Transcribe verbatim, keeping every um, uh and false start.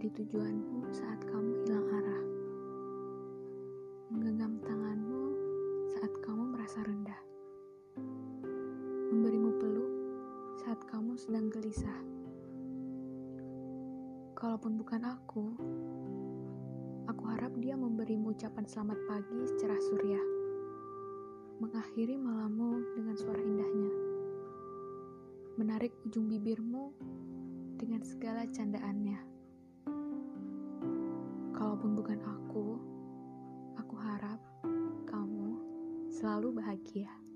menjadi tujuanmu saat kamu hilang arah, menggenggam tanganmu saat kamu merasa rendah, memberimu peluk saat kamu sedang gelisah. Kalaupun bukan aku, aku harap dia memberimu ucapan selamat pagi secerah surya, mengakhiri malammu dengan suara indahnya, menarik ujung bibirmu dengan segala candaannya. Kalaupun bukan aku, aku harap kamu selalu bahagia.